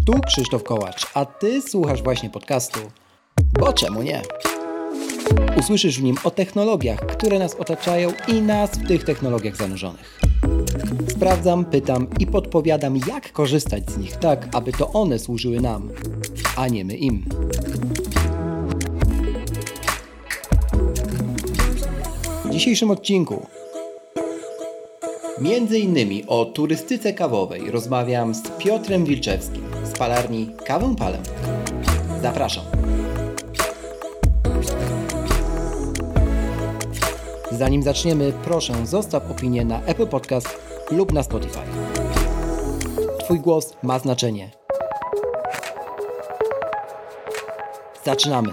Tu Krzysztof Kołacz, a Ty słuchasz właśnie podcastu Bo czemu nie? Usłyszysz w nim o technologiach, które nas otaczają i nas w tych technologiach zanurzonych. Sprawdzam, pytam i podpowiadam, jak korzystać z nich tak, aby to one służyły nam, a nie my im. W dzisiejszym odcinku między innymi o turystyce kawowej rozmawiam z Piotrem Wilczewskim z palarni Kawę Palę. Zapraszam. Zanim zaczniemy, proszę zostaw opinię na Apple Podcast lub na Spotify. Twój głos ma znaczenie. Zaczynamy.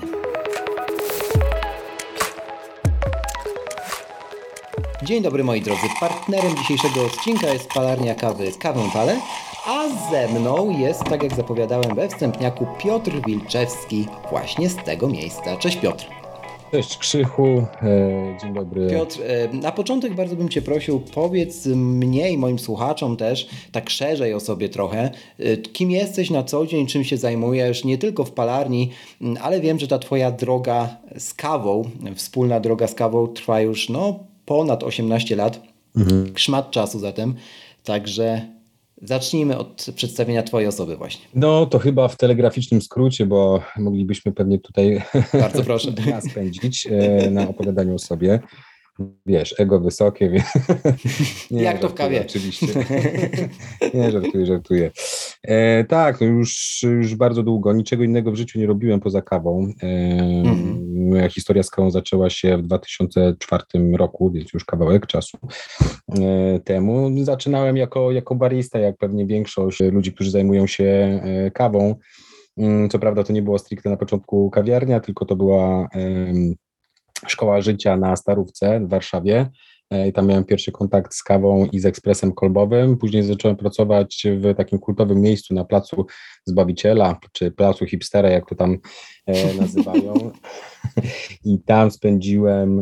Dzień dobry moi drodzy. Partnerem dzisiejszego odcinka jest palarnia kawy Kawę Palę, a ze mną jest, tak jak zapowiadałem we wstępniaku, Piotr Wilczewski właśnie z tego miejsca. Cześć Piotr. Cześć Krzychu, dzień dobry. Piotr, na początek bardzo bym Cię prosił, powiedz mnie i moim słuchaczom też, tak szerzej o sobie trochę, kim jesteś na co dzień, czym się zajmujesz, nie tylko w palarni, ale wiem, że ta Twoja droga z kawą, wspólna droga z kawą trwa już ponad 18 lat, szmat czasu zatem, także zacznijmy od przedstawienia Twojej osoby właśnie. No to chyba w telegraficznym skrócie, bo moglibyśmy pewnie tutaj bardzo proszę spędzić na opowiadaniu o sobie. Wiesz, ego wysokie, więc... Nie, jak to w kawie. Oczywiście. Nie, żartuję. Tak, no już bardzo długo, niczego innego w życiu nie robiłem poza kawą. Moja historia z kawą zaczęła się w 2004 roku, więc już kawałek czasu temu. Zaczynałem jako barista, jak pewnie większość ludzi, którzy zajmują się kawą. Co prawda to nie było stricte na początku kawiarnia, tylko to była szkoła życia na Starówce w Warszawie. I tam miałem pierwszy kontakt z kawą i z ekspresem kolbowym. Później zacząłem pracować w takim kultowym miejscu na Placu Zbawiciela, czy Placu Hipstera, jak to tam nazywają. I tam spędziłem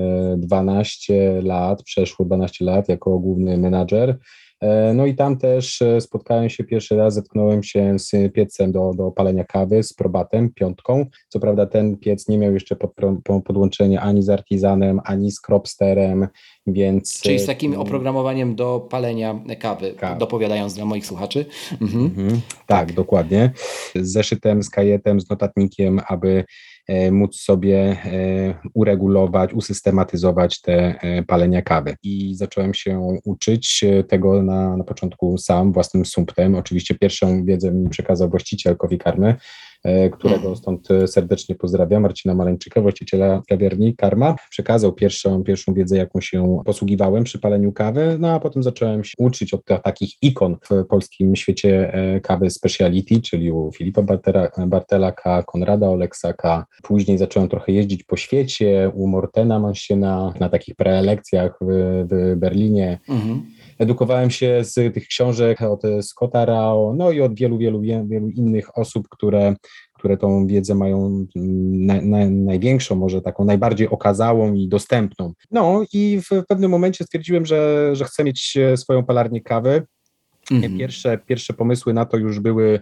12 lat jako główny menadżer. No i tam też spotkałem się pierwszy raz, zetknąłem się z piecem do palenia kawy, z probatem, 5. Co prawda ten piec nie miał jeszcze podłączenia ani z Artisanem, ani z Cropsterem, więc... Czyli z takim oprogramowaniem do palenia kawy, dopowiadając dla moich słuchaczy. Tak, dokładnie. Z zeszytem, z kajetem, z notatnikiem, aby móc sobie uregulować, usystematyzować te palenia kawy. I zacząłem się uczyć tego na początku sam, własnym sumptem. Oczywiście pierwszą wiedzę mi przekazał właściciel Coffee Karmy, którego stąd serdecznie pozdrawiam, Marcina Maleńczyka, właściciela kawiarni Karma. Przekazał pierwszą wiedzę, jaką się posługiwałem przy paleniu kawy, no a potem zacząłem się uczyć od takich ikon w polskim świecie kawy speciality, czyli u Filipa Bartelaka, Konrada Oleksaka. Później zacząłem trochę jeździć po świecie, u Mortena Mansiena, na takich prelekcjach w Berlinie. Edukowałem się z tych książek od Scotta Rao, no i od wielu innych osób, które tą wiedzę mają największą, może taką najbardziej okazałą i dostępną. No i w pewnym momencie stwierdziłem, że chcę mieć swoją palarnię kawy. Pierwsze pomysły na to już były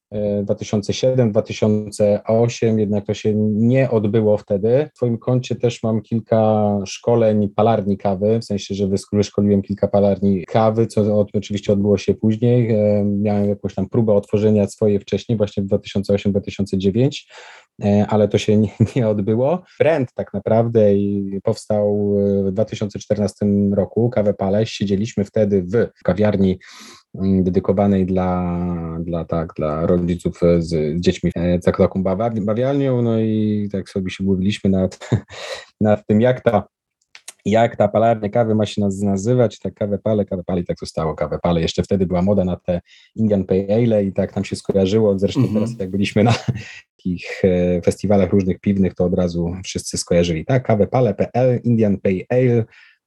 2007-2008, jednak to się nie odbyło wtedy. W swoim koncie też mam kilka szkoleń palarni kawy, w sensie, że wyszkoliłem kilka palarni kawy, co oczywiście odbyło się później. Miałem jakąś tam próbę otworzenia swojej wcześniej, właśnie w 2008-2009, ale to się nie odbyło. Brand tak naprawdę powstał w 2014 roku, Kawę Palę. Siedzieliśmy wtedy w kawiarni dedykowanej dla rodziców z dziećmi, taką bawialnią, no i tak sobie się bawiliśmy nad tym, jak ta palarnia kawy ma się nazywać, tak Kawę Palę i tak zostało Kawę Palę. Jeszcze wtedy była moda na te Indian Pale Ale i tak nam się skojarzyło, zresztą teraz jak byliśmy na takich festiwalach różnych piwnych, to od razu wszyscy skojarzyli, tak, Kawę Palę, PL, Indian Pale Ale,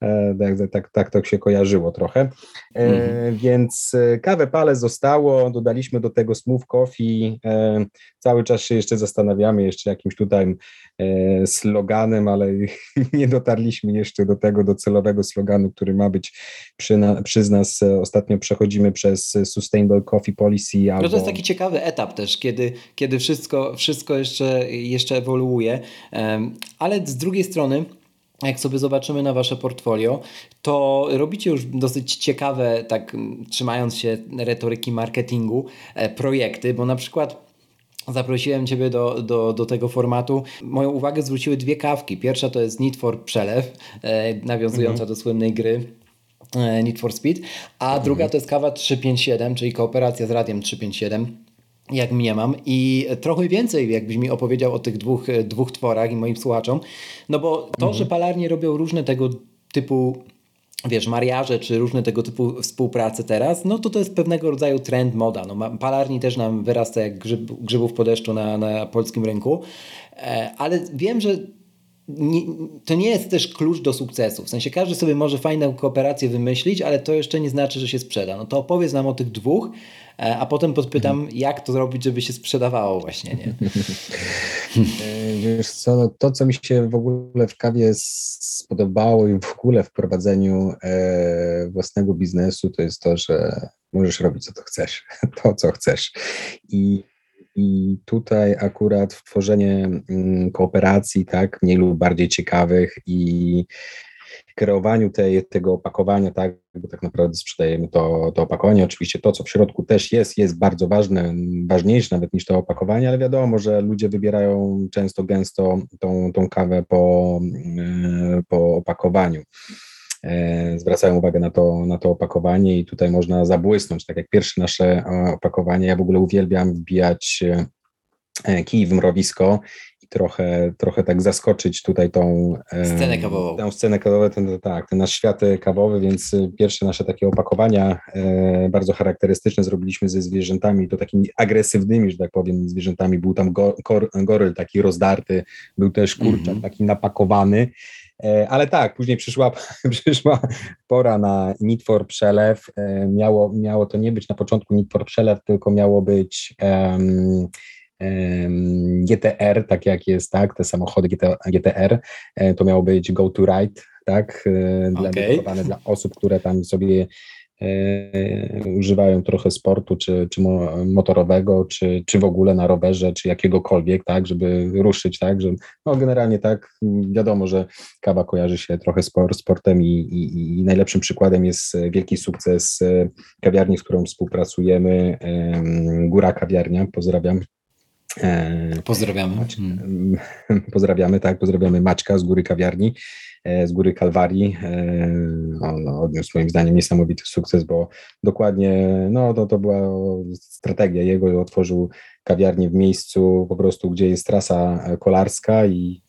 Tak to się kojarzyło trochę. Więc kawę palę zostało, dodaliśmy do tego smooth coffee. Cały czas się jeszcze zastanawiamy jeszcze jakimś tutaj sloganem, ale nie dotarliśmy jeszcze do tego docelowego sloganu, który ma być przy nas. Ostatnio przechodzimy przez Sustainable Coffee Policy. No to jest taki ciekawy etap też, kiedy wszystko jeszcze ewoluuje, ale z drugiej strony, jak sobie zobaczymy na wasze portfolio, to robicie już dosyć ciekawe, tak trzymając się retoryki marketingu, projekty, bo na przykład zaprosiłem Ciebie do tego formatu. Moją uwagę zwróciły dwie kawki. Pierwsza to jest Need for Przelew, nawiązująca do słynnej gry Need for Speed, a druga to jest kawa 357, czyli kooperacja z Radiem 357. Jak mniemam, i trochę więcej jakbyś mi opowiedział o tych dwóch tworach i moim słuchaczom, no bo to, że palarnie robią różne tego typu, wiesz, mariaże czy różne tego typu współpracy teraz, no to jest pewnego rodzaju trend, moda. No, palarni też nam wyrasta jak grzybów po deszczu na polskim rynku, ale wiem, że to nie jest też klucz do sukcesu. W sensie każdy sobie może fajną kooperację wymyślić, ale to jeszcze nie znaczy, że się sprzeda. No to opowiedz nam o tych dwóch, a potem podpytam, jak to zrobić, żeby się sprzedawało właśnie, nie? Wiesz co, no to co mi się w ogóle w kawie spodobało i w ogóle w prowadzeniu własnego biznesu, to jest to, że możesz robić to co chcesz. I tutaj akurat w tworzenie kooperacji, tak, mniej lub bardziej ciekawych i kreowaniu tego opakowania, tak, bo tak naprawdę sprzedajemy to opakowanie. Oczywiście to, co w środku też jest bardzo ważne, ważniejsze nawet niż to opakowanie, ale wiadomo, że ludzie wybierają często, gęsto tą kawę po opakowaniu. Zwracają uwagę na to opakowanie i tutaj można zabłysnąć, tak jak pierwsze nasze opakowanie. Ja w ogóle uwielbiam wbijać kij w mrowisko i trochę tak zaskoczyć tutaj tą scenę kawową. Tę scenę kawową, ten nasz świat kawowy, więc pierwsze nasze takie opakowania bardzo charakterystyczne zrobiliśmy ze zwierzętami, to takimi agresywnymi, że tak powiem, zwierzętami. Był tam goryl taki rozdarty, był też kurczak taki napakowany. Ale tak, później przyszła pora na Need for Przelew. Miało to nie być na początku Need for Przelew, tylko miało być GTR, tak jak jest, tak, te samochody GTR, to miało być Go to Ride, tak, dedykowane dla osób, które tam sobie używają trochę sportu, czy motorowego, czy w ogóle na rowerze, czy jakiegokolwiek, tak, żeby ruszyć, tak, że no generalnie tak, wiadomo, że kawa kojarzy się trochę sportem i najlepszym przykładem jest wielki sukces kawiarni, z którą współpracujemy, Góra Kawiarnia, pozdrawiam. Pozdrawiamy. Pozdrawiamy Maćka z Góry Kawiarni, z Góry Kalwarii. On odniósł moim zdaniem niesamowity sukces, bo dokładnie to była strategia jego i otworzył kawiarnię w miejscu po prostu, gdzie jest trasa kolarska i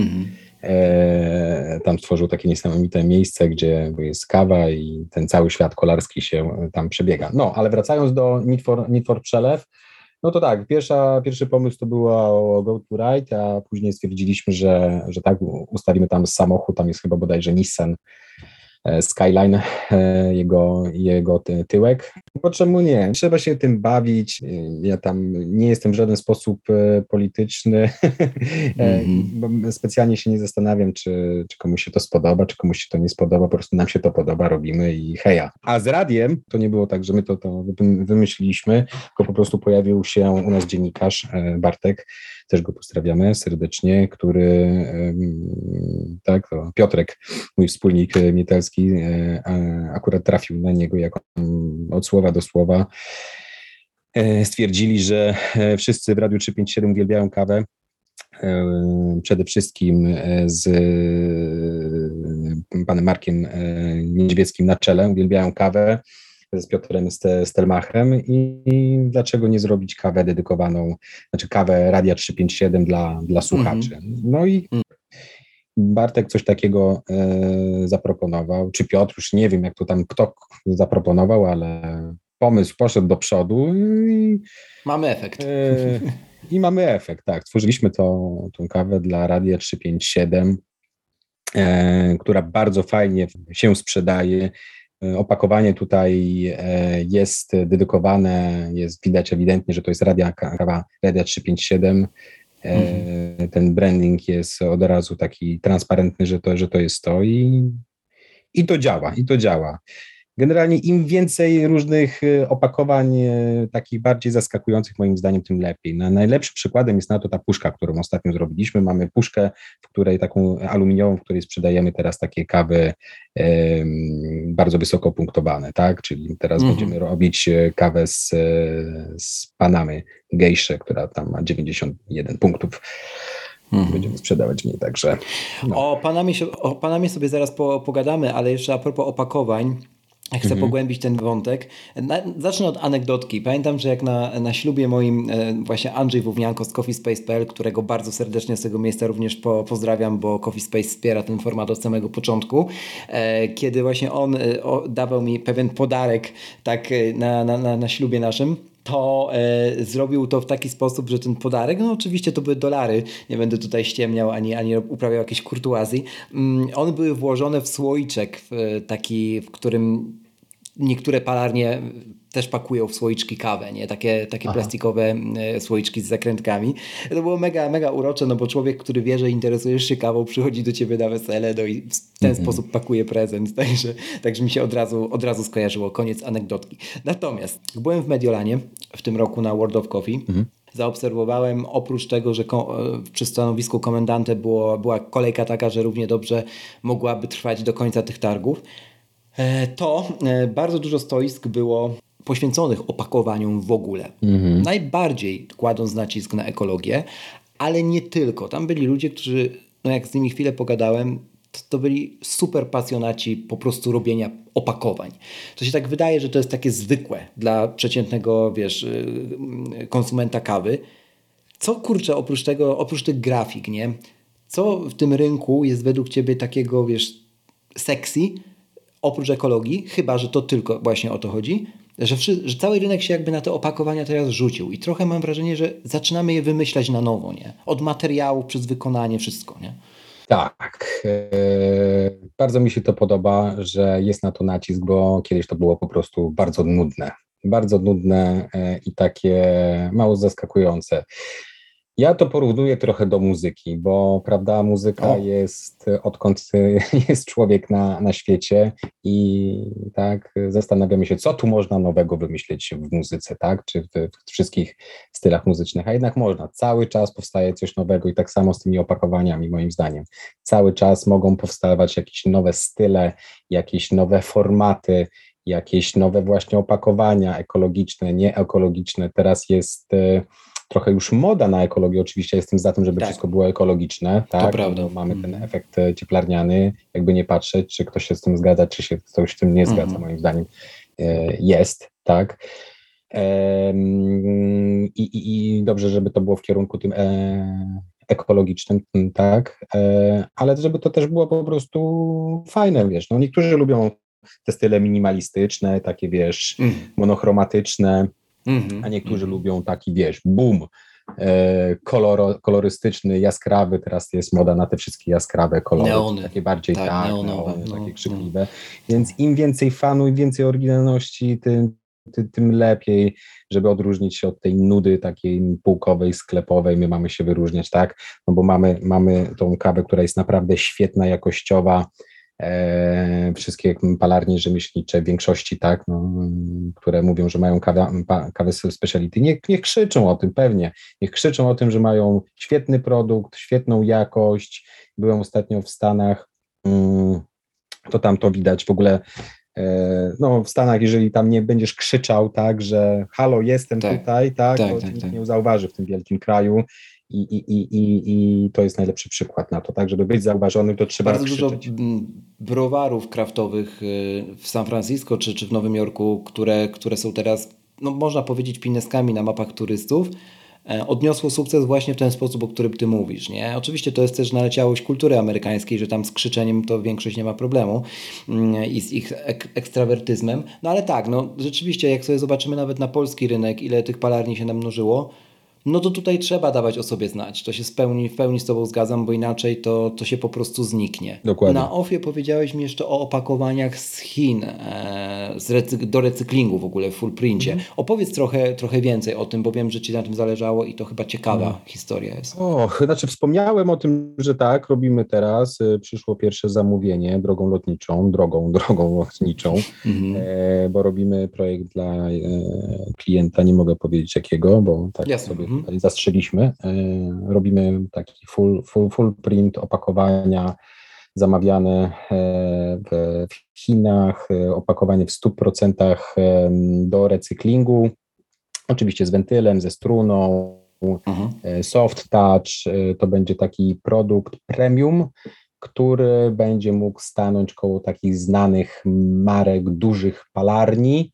tam stworzył takie niesamowite miejsce, gdzie jest kawa i ten cały świat kolarski się tam przebiega. No, ale wracając do Need for Przelew, no to tak, pierwszy pomysł to było Go to Ride, a później stwierdziliśmy, że tak, ustawimy tam samochód, tam jest chyba bodajże Nissan Skyline, jego tyłek. Bo czemu nie? Trzeba się tym bawić. Ja tam nie jestem w żaden sposób polityczny. Specjalnie się nie zastanawiam, czy komuś się to spodoba, czy komuś się to nie spodoba. Po prostu nam się to podoba, robimy i heja. A z radiem to nie było tak, że my to wymyśliliśmy, tylko po prostu pojawił się u nas dziennikarz Bartek, też go pozdrawiamy serdecznie, który, tak, to Piotrek, mój wspólnik mietelski, akurat trafił na niego, jak on od słowa do słowa stwierdzili, że wszyscy w Radiu 357 uwielbiają kawę, przede wszystkim z panem Markiem Niedźwieckim na czele, uwielbiają kawę, z Piotrem Stelmachem i dlaczego nie zrobić kawę dedykowaną, znaczy kawę Radia 357 dla słuchaczy. No i Bartek coś takiego zaproponował, czy Piotr, już nie wiem jak to tam kto zaproponował, ale pomysł poszedł do przodu i mamy efekt. I mamy efekt, tak. Stworzyliśmy tą kawę dla Radia 357. która bardzo fajnie się sprzedaje. Opakowanie tutaj jest dedykowane, jest widać ewidentnie, że to jest kawa Radia 357. Ten branding jest od razu taki transparentny, że to jest to i to działa, i to działa. Generalnie im więcej różnych opakowań, takich bardziej zaskakujących moim zdaniem, tym lepiej. Najlepszym przykładem jest na to ta puszka, którą ostatnio zrobiliśmy. Mamy puszkę, w której taką aluminiową, w której sprzedajemy teraz takie kawy bardzo wysoko punktowane, tak? Czyli teraz będziemy robić kawę z Panamy Gejsze, która tam ma 91 punktów. Będziemy sprzedawać w niej, także... No. O Panamie sobie zaraz pogadamy, ale jeszcze a propos opakowań, chcę pogłębić ten wątek. Zacznę od anegdotki. Pamiętam, że jak na ślubie moim właśnie Andrzej Wównianko z coffeespace.pl, którego bardzo serdecznie z tego miejsca również pozdrawiam, bo CoffeeSpace wspiera ten format od samego początku, kiedy właśnie on dawał mi pewien podarek tak na ślubie naszym, to zrobił to w taki sposób, że ten podarek, no oczywiście to były dolary, nie będę tutaj ściemniał ani uprawiał jakiejś kurtuazji, one były włożone w słoiczek taki, w którym niektóre palarnie też pakują w słoiczki kawę, nie? Takie plastikowe słoiczki z zakrętkami. To było mega, mega urocze, no bo człowiek, który wie, że interesujesz się kawą, przychodzi do ciebie na wesele, no i w ten sposób pakuje prezent. Także mi się od razu skojarzyło. Koniec anegdotki. Natomiast byłem w Mediolanie w tym roku na World of Coffee. Zaobserwowałem, oprócz tego, że przy stanowisku komendanta była kolejka taka, że równie dobrze mogłaby trwać do końca tych targów, to bardzo dużo stoisk było poświęconych opakowaniom w ogóle. Najbardziej kładąc nacisk na ekologię, ale nie tylko. Tam byli ludzie, którzy, no jak z nimi chwilę pogadałem, to byli super pasjonaci po prostu robienia opakowań. To się tak wydaje, że to jest takie zwykłe dla przeciętnego, konsumenta kawy. Co kurczę, oprócz tych grafik, nie? Co w tym rynku jest według ciebie takiego, sexy, oprócz ekologii, chyba że to tylko właśnie o to chodzi, że cały rynek się jakby na te opakowania teraz rzucił i trochę mam wrażenie, że zaczynamy je wymyślać na nowo, nie? Od materiału przez wykonanie, wszystko, nie? Tak. Bardzo mi się to podoba, że jest na to nacisk, bo kiedyś to było po prostu bardzo nudne. Bardzo nudne i takie mało zaskakujące. Ja to porównuję trochę do muzyki, bo prawda, muzyka jest odkąd jest człowiek na świecie i tak zastanawiamy się, co tu można nowego wymyślić w muzyce, tak, czy w wszystkich stylach muzycznych, a jednak można. Cały czas powstaje coś nowego i tak samo z tymi opakowaniami, moim zdaniem. Cały czas mogą powstawać jakieś nowe style, jakieś nowe formaty, jakieś nowe właśnie opakowania ekologiczne, nieekologiczne. Teraz jest trochę już moda na ekologię, oczywiście jestem za tym, żeby wszystko było ekologiczne, tak? To prawda. Bo mamy ten efekt cieplarniany, jakby nie patrzeć, czy ktoś się z tym zgadza, czy się ktoś z tym nie zgadza, moim zdaniem jest, tak? I dobrze, żeby to było w kierunku tym ekologicznym, tak? Ale żeby to też było po prostu fajne, no niektórzy lubią te style minimalistyczne, takie, monochromatyczne, a niektórzy lubią taki, boom, kolorystyczny, jaskrawy, teraz jest moda na te wszystkie jaskrawe kolory, neony. Takie bardziej neonowe, takie krzykliwe, więc im więcej fanu, im więcej oryginalności, tym lepiej, żeby odróżnić się od tej nudy takiej półkowej, sklepowej, my mamy się wyróżniać, tak, no bo mamy tą kawę, która jest naprawdę świetna, jakościowa, wszystkie palarnie rzemieślnicze w większości, tak, które mówią, że mają kawę speciality, niech krzyczą o tym pewnie, niech krzyczą o tym, że mają świetny produkt, świetną jakość. Byłem ostatnio w Stanach, to tam to widać w ogóle, w Stanach, jeżeli tam nie będziesz krzyczał, tak, że halo, jestem tutaj, tak, to nikt nie zauważy w tym wielkim kraju. I to jest najlepszy przykład na to, tak, żeby być zauważonym, to trzeba bardzo krzyczeć. Dużo browarów kraftowych w San Francisco czy w Nowym Jorku, które są teraz, można powiedzieć, pineskami na mapach turystów, odniosło sukces właśnie w ten sposób, o którym ty mówisz, nie? Oczywiście to jest też naleciałość kultury amerykańskiej, że tam z krzyczeniem to większość nie ma problemu i z ich ekstrawertyzmem, ale tak, rzeczywiście jak sobie zobaczymy nawet na polski rynek, ile tych palarni się namnożyło, no to tutaj trzeba dawać o sobie znać. To się w pełni z Tobą zgadzam, bo inaczej to się po prostu zniknie. Dokładnie. Na OFIE powiedziałeś mi jeszcze o opakowaniach z Chin, do recyklingu w ogóle w full princie. Opowiedz trochę więcej o tym, bo wiem, że Ci na tym zależało i to chyba ciekawa historia jest. Znaczy wspomniałem o tym, że tak, robimy teraz. Przyszło pierwsze zamówienie drogą lotniczą, bo robimy projekt dla klienta, nie mogę powiedzieć jakiego, bo tak Jasne. sobie tutaj zastrzeliśmy. Robimy taki full print opakowania zamawiane w Chinach, opakowanie w 100% do recyklingu, oczywiście z wentylem, ze struną, soft touch. To będzie taki produkt premium, który będzie mógł stanąć koło takich znanych marek dużych palarni,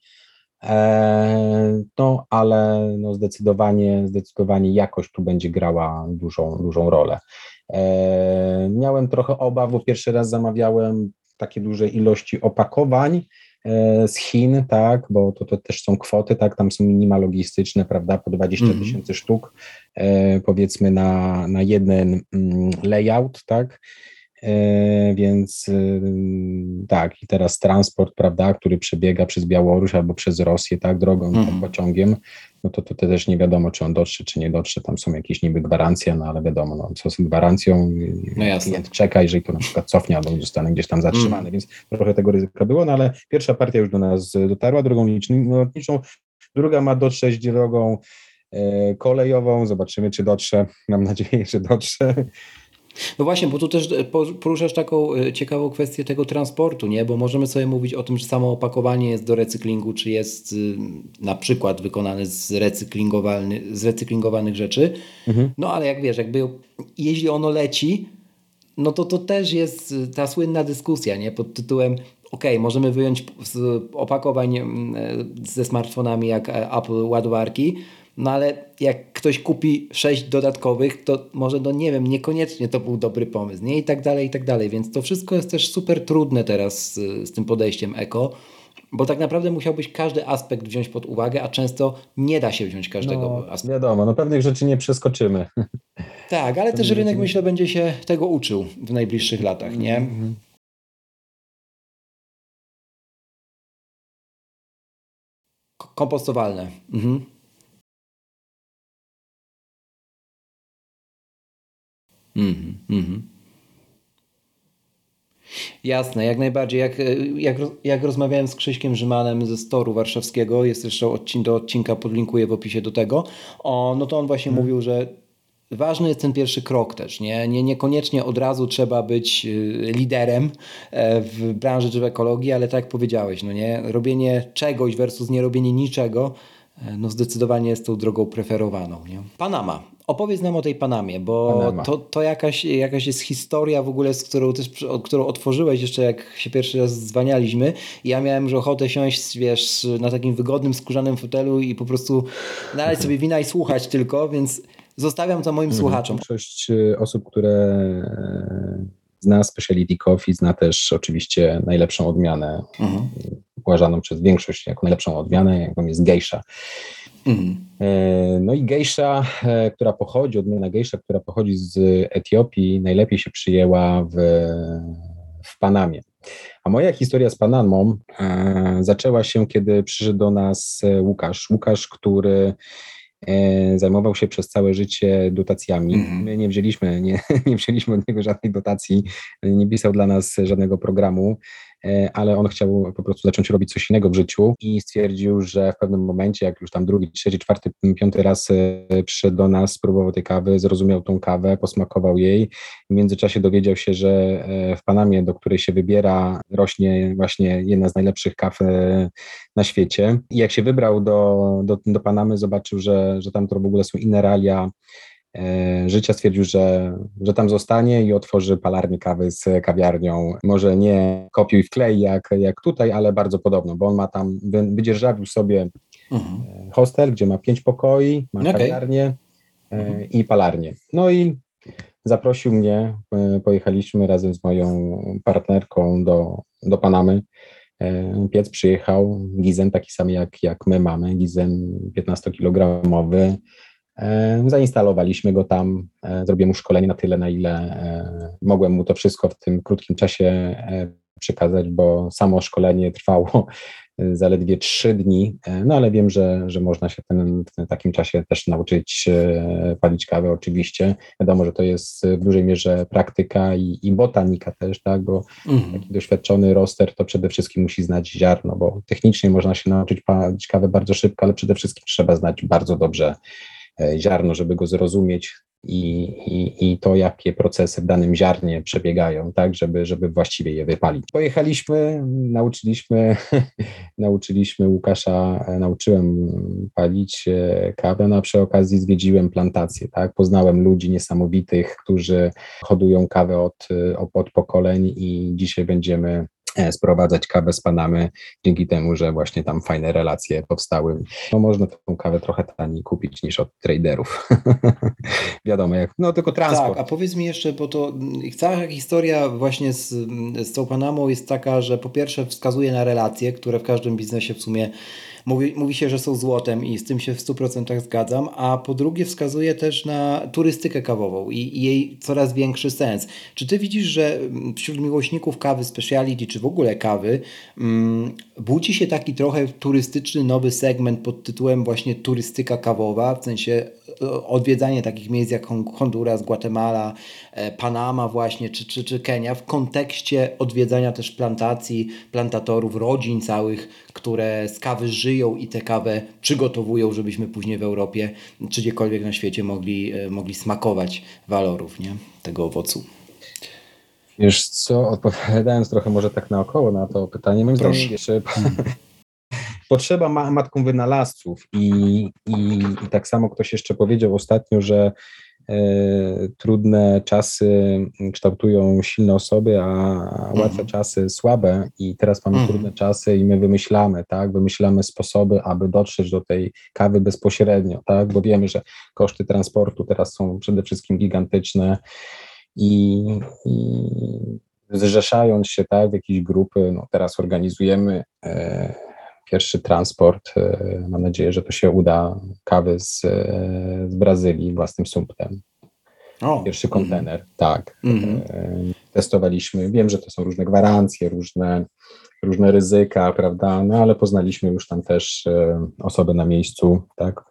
no ale no zdecydowanie jakość tu będzie grała dużą rolę. Miałem trochę obaw, bo pierwszy raz zamawiałem takie duże ilości opakowań z Chin, tak, bo to też są kwoty, tak, tam są minima logistyczne, prawda, po 20 000 sztuk, powiedzmy na jeden layout, tak, więc tak, i teraz transport, prawda, który przebiega przez Białoruś albo przez Rosję, tak, drogą, tak, pociągiem, no to też nie wiadomo, czy on dotrze, czy nie dotrze, tam są jakieś niby gwarancje, no ale wiadomo, no, co z gwarancją, klient czeka, jeżeli to na przykład cofnie albo zostanę gdzieś tam zatrzymany, więc trochę tego ryzyka było, no ale pierwsza partia już do nas dotarła drogą lotniczą, druga ma dotrzeć drogą kolejową, zobaczymy, czy dotrze, mam nadzieję, że dotrze. No właśnie, bo tu też poruszasz taką ciekawą kwestię tego transportu, nie? Bo możemy sobie mówić o tym, że samo opakowanie jest do recyklingu, czy jest na przykład wykonane z recyklingowanych rzeczy, no ale jak wiesz, jeśli ono leci, no to też jest ta słynna dyskusja, nie? Pod tytułem możemy wyjąć z opakowań ze smartfonami jak Apple ładowarki, no ale jak ktoś kupi 6 dodatkowych, to może, no nie wiem, niekoniecznie to był dobry pomysł, nie? I tak dalej, więc to wszystko jest też super trudne teraz z tym podejściem eko, bo tak naprawdę musiałbyś każdy aspekt wziąć pod uwagę, a często nie da się wziąć każdego aspektu. Wiadomo, no pewnych rzeczy nie przeskoczymy. Tak, ale też rynek, myślę, będzie się tego uczył w najbliższych latach, nie? Kompostowalne. Jasne, jak najbardziej. Jak rozmawiałem z Krzyśkiem Rzymanem ze Storu Warszawskiego, jest zresztą do odcinka, podlinkuję w opisie do tego, no to on właśnie mówił, że ważny jest ten pierwszy krok też, nie? Niekoniecznie od razu trzeba być liderem w branży czy w ekologii, ale tak jak powiedziałeś, no nie? Robienie czegoś versus nie robienie niczego, no zdecydowanie jest tą drogą preferowaną, nie? Panama. Opowiedz nam o tej Panamie, bo to jakaś jest historia w ogóle, którą otworzyłeś jeszcze jak się pierwszy raz zwanialiśmy. Ja miałem już ochotę siąść, wiesz, na takim wygodnym, skórzanym fotelu i po prostu nalać sobie wina i słuchać tylko, więc zostawiam to moim słuchaczom. Większość osób, które zna Specialty Coffee, zna też oczywiście najlepszą odmianę, uważaną przez większość jako najlepszą odmianę, jaką jest gejsza. No i gejsza, odmiana gejsza, która pochodzi z Etiopii, najlepiej się przyjęła w Panamie. A moja historia z Panamą zaczęła się, kiedy przyszedł do nas Łukasz, który zajmował się przez całe życie dotacjami. My nie wzięliśmy od niego żadnej dotacji, nie pisał dla nas żadnego programu, ale on chciał po prostu zacząć robić coś innego w życiu i stwierdził, że w pewnym momencie, jak już tam drugi, trzeci, czwarty, piąty raz przyszedł do nas, spróbował tej kawy, zrozumiał tą kawę, posmakował jej. W międzyczasie dowiedział się, że w Panamie, do której się wybiera, rośnie właśnie jedna z najlepszych kaw na świecie. I jak się wybrał do Panamy, zobaczył, że tam to w ogóle są inne realia życia, stwierdził, że tam zostanie i otworzy palarnię kawy z kawiarnią. Może nie kopiuj wklej jak tutaj, ale bardzo podobno, bo on ma tam, wydzierżawił sobie hostel, gdzie ma 5 pokoi, ma kawiarnię i palarnię. No i zaprosił mnie, pojechaliśmy razem z moją partnerką do Panamy. Piec przyjechał, gizen taki sam jak my mamy, gizen 15-kilogramowy, Zainstalowaliśmy go tam, zrobiłem mu szkolenie na tyle, na ile mogłem mu to wszystko w tym krótkim czasie przekazać, bo samo szkolenie trwało zaledwie 3 dni, no ale wiem, że można się w takim czasie też nauczyć palić kawę oczywiście. Wiadomo, że to jest w dużej mierze praktyka i botanika też, tak, bo taki doświadczony roaster to przede wszystkim musi znać ziarno, bo technicznie można się nauczyć palić kawę bardzo szybko, ale przede wszystkim trzeba znać bardzo dobrze ziarno, żeby go zrozumieć i to, jakie procesy w danym ziarnie przebiegają, tak, żeby właściwie je wypalić. Pojechaliśmy, nauczyliśmy Łukasza, nauczyłem palić kawę, no a przy okazji zwiedziłem plantację, tak, poznałem ludzi niesamowitych, którzy hodują kawę od pokoleń i dzisiaj będziemy sprowadzać kawę z Panamy dzięki temu, że właśnie tam fajne relacje powstały. No można tą kawę trochę taniej kupić niż od traderów. Wiadomo, no tylko transport. Tak, a powiedz mi jeszcze, bo to cała historia właśnie z tą Panamą jest taka, że po pierwsze wskazuje na relacje, które w każdym biznesie w sumie mówi się, że są złotem i z tym się w 100% zgadzam, a po drugie wskazuje też na turystykę kawową i jej coraz większy sens. Czy ty widzisz, że wśród miłośników kawy speciality, czy w ogóle kawy, budzi się taki trochę turystyczny nowy segment pod tytułem właśnie turystyka kawowa, w sensie odwiedzanie takich miejsc jak Honduras, Gwatemala, Panama właśnie, czy Kenia, w kontekście odwiedzania też plantacji, plantatorów, rodzin całych, które z kawy żyją i tę kawę przygotowują, żebyśmy później w Europie czy gdziekolwiek na świecie mogli smakować walorów, nie? Tego owocu. Wiesz co, odpowiadając trochę może tak naokoło na to pytanie, moim zdaniem, wiesz, potrzeba matką wynalazców i tak samo ktoś jeszcze powiedział ostatnio, że trudne czasy kształtują silne osoby, a łatwe czasy słabe i teraz mamy trudne czasy i my wymyślamy sposoby, aby dotrzeć do tej kawy bezpośrednio, tak, bo wiemy, że koszty transportu teraz są przede wszystkim gigantyczne i zrzeszając się, tak, w jakieś grupy, no teraz organizujemy pierwszy transport, mam nadzieję, że to się uda, kawy z Brazylii własnym sumptem. Pierwszy kontener, tak. Testowaliśmy, wiem, że to są różne gwarancje, różne ryzyka, prawda, no ale poznaliśmy już tam też osoby na miejscu, tak.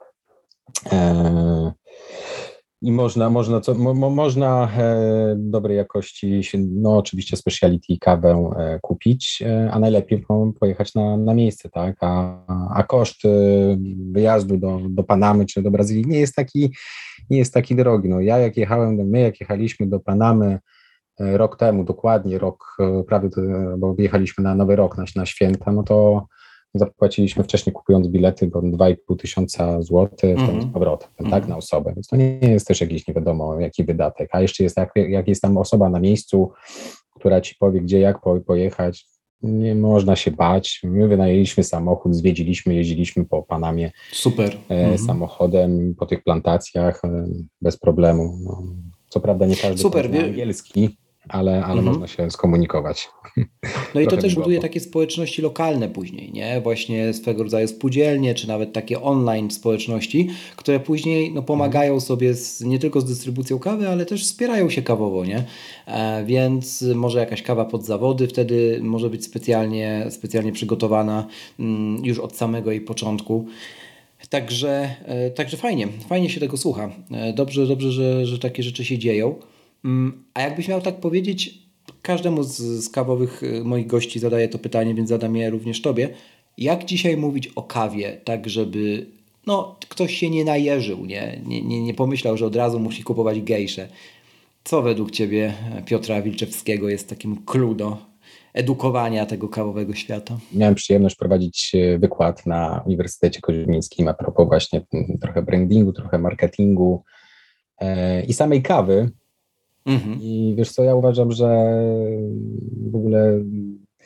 I można dobrej jakości, no oczywiście speciality kawę kupić, a najlepiej pojechać na miejsce, tak? A koszt wyjazdu do Panamy czy do Brazylii nie jest taki drogi. No my jak jechaliśmy do Panamy rok temu, dokładnie rok, prawie, bo wyjechaliśmy na Nowy Rok, na święta, no to zapłaciliśmy wcześniej kupując bilety, bo 2,5 tysiąca złotych z powrotem, tak, na osobę. Więc to nie jest też jakiś nie wiadomo jaki wydatek. A jeszcze jest jak jest tam osoba na miejscu, która ci powie, gdzie, jak pojechać, nie można się bać. My wynajęliśmy samochód, jeździliśmy po Panamie. Super. Samochodem po tych plantacjach bez problemu. No, co prawda nie każdy zna angielski, ale można się skomunikować. No i to też buduje takie społeczności lokalne później, nie? Właśnie swego rodzaju spółdzielnie, czy nawet takie online społeczności, które później pomagają sobie nie tylko z dystrybucją kawy, ale też wspierają się kawowo, nie? Więc może jakaś kawa pod zawody wtedy może być specjalnie przygotowana już od samego jej początku. Także fajnie się tego słucha. Dobrze, że takie rzeczy się dzieją. A jakbyś miał tak powiedzieć, każdemu z kawowych moich gości zadaję to pytanie, więc zadam je również tobie. Jak dzisiaj mówić o kawie, tak żeby ktoś się nie najeżył, nie pomyślał, że od razu musi kupować gejszę? Co według ciebie, Piotra Wilczewskiego, jest takim clue do edukowania tego kawowego świata? Miałem przyjemność prowadzić wykład na Uniwersytecie Koźmińskim a propos właśnie trochę brandingu, trochę marketingu i samej kawy. I wiesz co, ja uważam, że w ogóle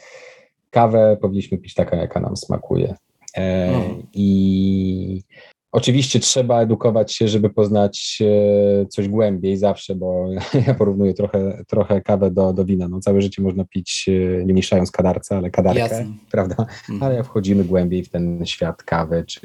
kawę powinniśmy pić taką, jaka nam smakuje. I Oczywiście trzeba edukować się, żeby poznać coś głębiej zawsze, bo ja porównuję trochę kawę do wina. No, całe życie można pić, nie mieszając kadarkę, Jasne. prawda? Ale jak wchodzimy głębiej w ten świat kawy, czy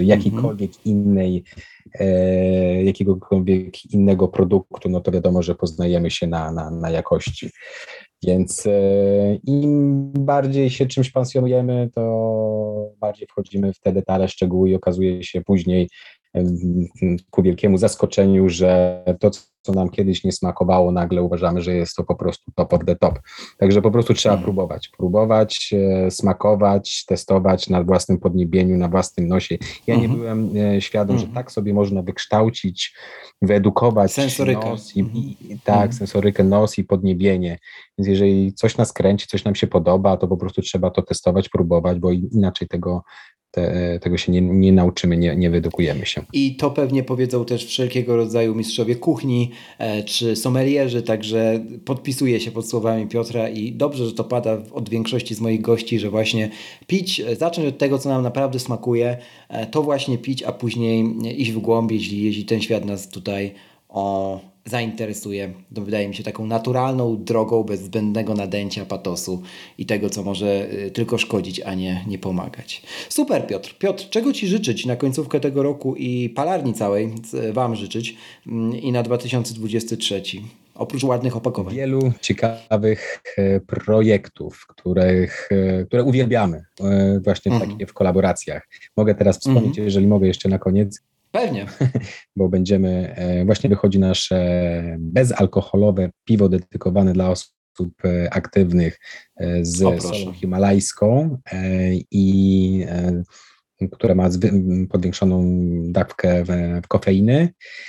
jakiegokolwiek innego produktu, no to wiadomo, że poznajemy się na jakości. Więc im bardziej się czymś pasjonujemy, to bardziej wchodzimy w te detale, szczegóły i okazuje się później ku wielkiemu zaskoczeniu, że to, co nam kiedyś nie smakowało, nagle uważamy, że jest to po prostu top of the top. Także po prostu trzeba próbować, smakować, testować na własnym podniebieniu, na własnym nosie. Ja nie byłem świadom, że tak sobie można wykształcić, wyedukować sensorykę. Nos sensorykę, nos i podniebienie. Więc jeżeli coś nas kręci, coś nam się podoba, to po prostu trzeba to testować, próbować, bo inaczej tego się nie nauczymy, nie wyedukujemy się. I to pewnie powiedzą też wszelkiego rodzaju mistrzowie kuchni czy sommelierzy, także podpisuję się pod słowami Piotra i dobrze, że to pada od większości z moich gości, że właśnie zacząć od tego, co nam naprawdę smakuje, to właśnie pić, a później iść w głąb, jeśli ten świat nas tutaj zainteresuje. To wydaje mi się taką naturalną drogą bez zbędnego nadęcia, patosu i tego, co może tylko szkodzić, a nie pomagać. Super, Piotr. Piotr, czego Ci życzyć na końcówkę tego roku i palarni całej Wam życzyć i na 2023? Oprócz ładnych opakowań. Wielu ciekawych projektów, które uwielbiamy, właśnie takie w kolaboracjach. Mogę teraz wspomnieć, jeżeli mogę jeszcze na koniec. Pewnie. Bo właśnie wychodzi nasze bezalkoholowe piwo dedykowane dla osób aktywnych z solą himalajską i które ma podwiększoną dawkę w kofeiny,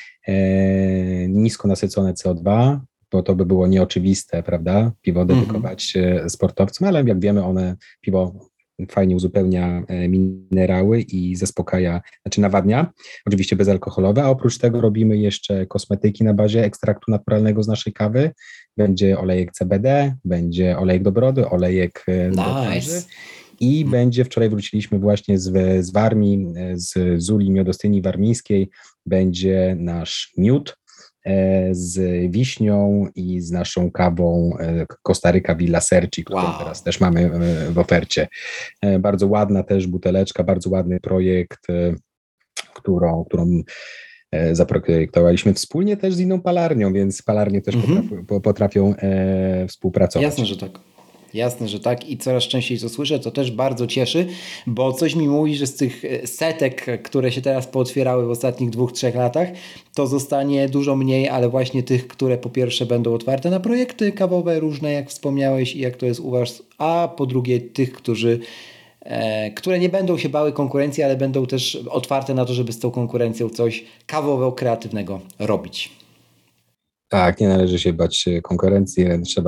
nisko nasycone CO2, bo to by było nieoczywiste, prawda, piwo dedykować sportowcom, ale jak wiemy, piwo fajnie uzupełnia minerały i nawadnia, oczywiście bezalkoholowe, a oprócz tego robimy jeszcze kosmetyki na bazie ekstraktu naturalnego z naszej kawy. Będzie olejek CBD, będzie olejek do brody, olejek do twarzy i wczoraj wróciliśmy właśnie z Warmii, z Zuli Miodostyni Warmińskiej, będzie nasz miód z wiśnią i z naszą kawą Costa Villa Serci, którą teraz też mamy w ofercie. Bardzo ładna też buteleczka, bardzo ładny projekt, którą zaprojektowaliśmy wspólnie też z inną palarnią, więc palarnie też potrafią współpracować. Jasne, że tak i coraz częściej to słyszę, to też bardzo cieszy, bo coś mi mówi, że z tych setek, które się teraz pootwierały w ostatnich 2-3 latach, to zostanie dużo mniej, ale właśnie tych, które po pierwsze będą otwarte na projekty kawowe różne, jak wspomniałeś i jak to jest u Was, a po drugie tych, które nie będą się bały konkurencji, ale będą też otwarte na to, żeby z tą konkurencją coś kawowo-kreatywnego robić. Tak, nie należy się bać konkurencji,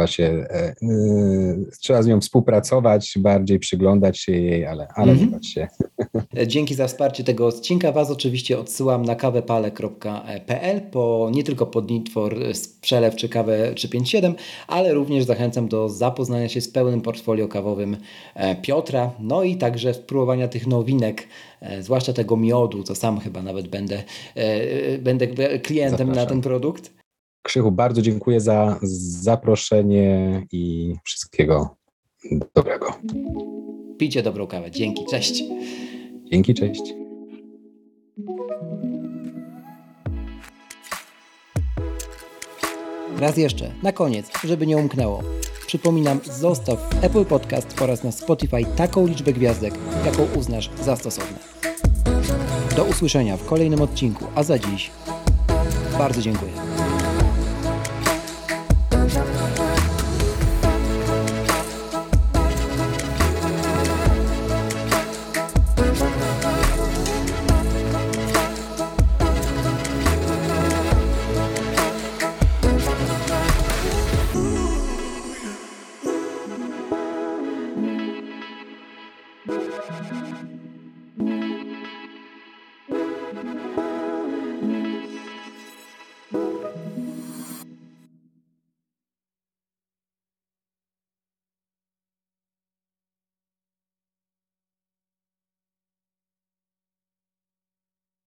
trzeba z nią współpracować, bardziej przyglądać się jej, ale nie bać się. Dzięki za wsparcie tego odcinka. Was oczywiście odsyłam na kawepale.pl nie tylko po Nitfor, przelew czy kawę 357, ale również zachęcam do zapoznania się z pełnym portfolio kawowym Piotra, no i także spróbowania tych nowinek, zwłaszcza tego miodu, co sam chyba nawet będę klientem. Zapraszam na ten produkt. Krzychu, bardzo dziękuję za zaproszenie i wszystkiego dobrego. Pijcie dobrą kawę. Dzięki, cześć. Dzięki, cześć. Raz jeszcze, na koniec, żeby nie umknęło. Przypominam, zostaw w Apple Podcast oraz na Spotify taką liczbę gwiazdek, jaką uznasz za stosowne. Do usłyszenia w kolejnym odcinku, a za dziś bardzo dziękuję.